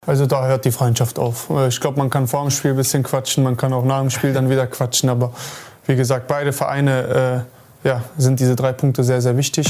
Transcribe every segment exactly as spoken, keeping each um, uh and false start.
Also da hört die Freundschaft auf. Ich glaube, man kann vor dem Spiel ein bisschen quatschen, man kann auch nach dem Spiel dann wieder quatschen. Aber wie gesagt, beide Vereine äh, ja, sind diese drei Punkte sehr, sehr wichtig.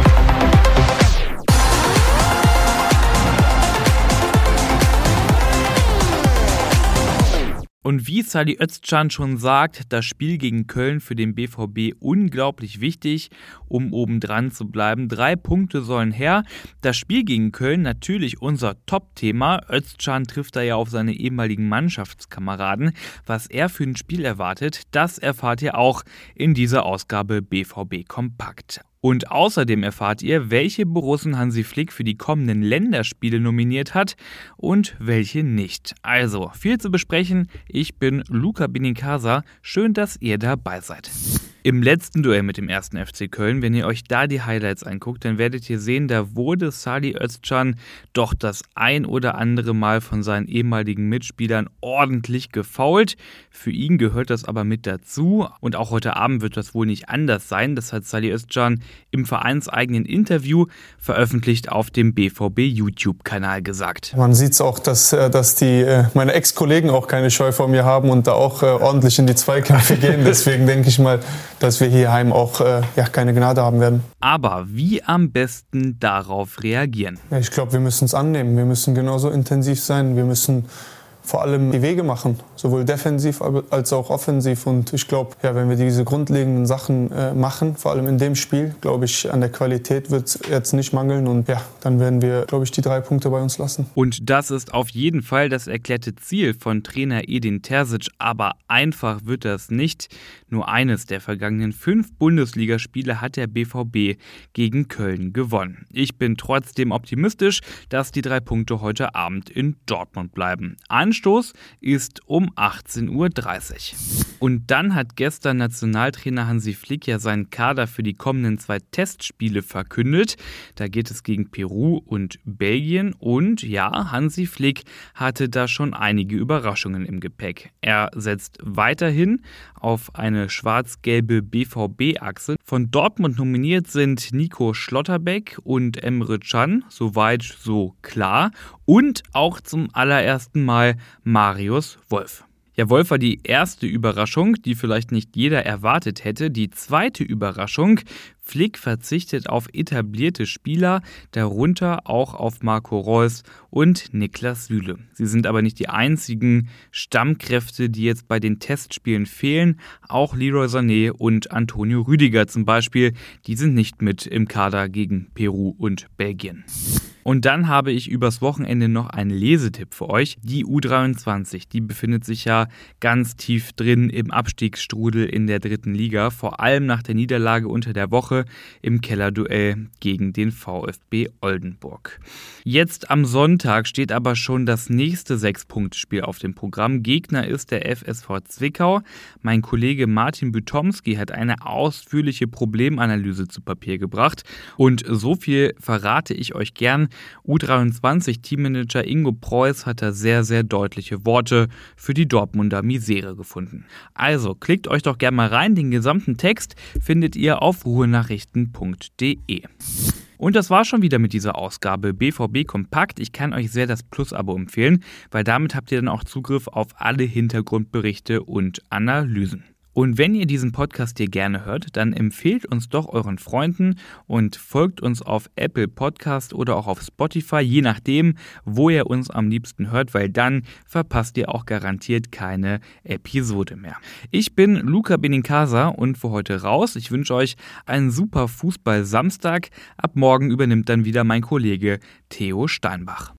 Und wie Salih Özcan schon sagt, das Spiel gegen Köln für den B V B unglaublich wichtig, um obendran zu bleiben. Drei Punkte sollen her. Das Spiel gegen Köln natürlich unser Top-Thema. Özcan trifft da ja auf seine ehemaligen Mannschaftskameraden. Was er für ein Spiel erwartet, das erfahrt ihr auch in dieser Ausgabe B V B Kompakt. Und außerdem erfahrt ihr, welche Borussen Hansi Flick für die kommenden Länderspiele nominiert hat und welche nicht. Also, viel zu besprechen. Ich bin Luca Benincasa. Schön, dass ihr dabei seid. Im letzten Duell mit dem ersten F C Köln, wenn ihr euch da die Highlights anguckt, dann werdet ihr sehen, da wurde Salih Özcan doch das ein oder andere Mal von seinen ehemaligen Mitspielern ordentlich gefoult. Für ihn gehört das aber mit dazu und auch heute Abend wird das wohl nicht anders sein. Das hat Salih Özcan im vereinseigenen Interview veröffentlicht auf dem B V B-YouTube-Kanal gesagt. Man sieht es auch, dass, dass die, meine Ex-Kollegen auch keine Scheu vor mir haben und da auch ordentlich in die Zweikämpfe gehen. Deswegen denke ich mal, dass wir hier heim auch äh, ja, keine Gnade haben werden. Aber wie am besten darauf reagieren? Ja, ich glaube, wir müssen es annehmen. Wir müssen genauso intensiv sein. Wir müssen vor allem die Wege machen, sowohl defensiv als auch offensiv. Und ich glaube, ja, wenn wir diese grundlegenden Sachen äh, machen, vor allem in dem Spiel, glaube ich, an der Qualität wird es jetzt nicht mangeln. Und ja, dann werden wir, glaube ich, die drei Punkte bei uns lassen. Und das ist auf jeden Fall das erklärte Ziel von Trainer Edin Terzic. Aber einfach wird das nicht. Nur eines der vergangenen fünf Bundesligaspiele hat der B V B gegen Köln gewonnen. Ich bin trotzdem optimistisch, dass die drei Punkte heute Abend in Dortmund bleiben. Anstoß ist um achtzehn Uhr dreißig. Und dann hat gestern Nationaltrainer Hansi Flick ja seinen Kader für die kommenden zwei Testspiele verkündet. Da geht es gegen Peru und Belgien. Und ja, Hansi Flick hatte da schon einige Überraschungen im Gepäck. Er setzt weiterhin auf eine schwarz-gelbe B V B-Achse. Von Dortmund nominiert sind Nico Schlotterbeck und Emre Can, soweit so klar. Und auch zum allerersten Mal Marius Wolf. Ja, Wolf war die erste Überraschung, die vielleicht nicht jeder erwartet hätte. Die zweite Überraschung: Flick verzichtet auf etablierte Spieler, darunter auch auf Marco Reus und Niklas Süle. Sie sind aber nicht die einzigen Stammkräfte, die jetzt bei den Testspielen fehlen. Auch Leroy Sané und Antonio Rüdiger zum Beispiel, die sind nicht mit im Kader gegen Peru und Belgien. Und dann habe ich übers Wochenende noch einen Lesetipp für euch. Die U dreiundzwanzig, die befindet sich ja ganz tief drin im Abstiegsstrudel in der dritten Liga, vor allem nach der Niederlage unter der Woche im Kellerduell gegen den VfB Oldenburg. Jetzt am Sonntag steht aber schon das nächste Sechs-Punkte-Spiel auf dem Programm. Gegner ist der F S V Zwickau. Mein Kollege Martin Bütomski hat eine ausführliche Problemanalyse zu Papier gebracht. Und so viel verrate ich euch gern. U dreiundzwanzig-Teammanager Ingo Preuß hat da sehr, sehr deutliche Worte für die Dortmunder Misere gefunden. Also klickt euch doch gerne mal rein. Den gesamten Text findet ihr auf ruhenachrichten punkt de. Und das war schon wieder mit dieser Ausgabe B V B Kompakt. Ich kann euch sehr das Plus-Abo empfehlen, weil damit habt ihr dann auch Zugriff auf alle Hintergrundberichte und Analysen. Und wenn ihr diesen Podcast hier gerne hört, dann empfehlt uns doch euren Freunden und folgt uns auf Apple Podcast oder auch auf Spotify, je nachdem, wo ihr uns am liebsten hört, weil dann verpasst ihr auch garantiert keine Episode mehr. Ich bin Luca Benincasa und für heute raus. Ich wünsche euch einen super Fußball-Samstag. Ab morgen übernimmt dann wieder mein Kollege Theo Steinbach.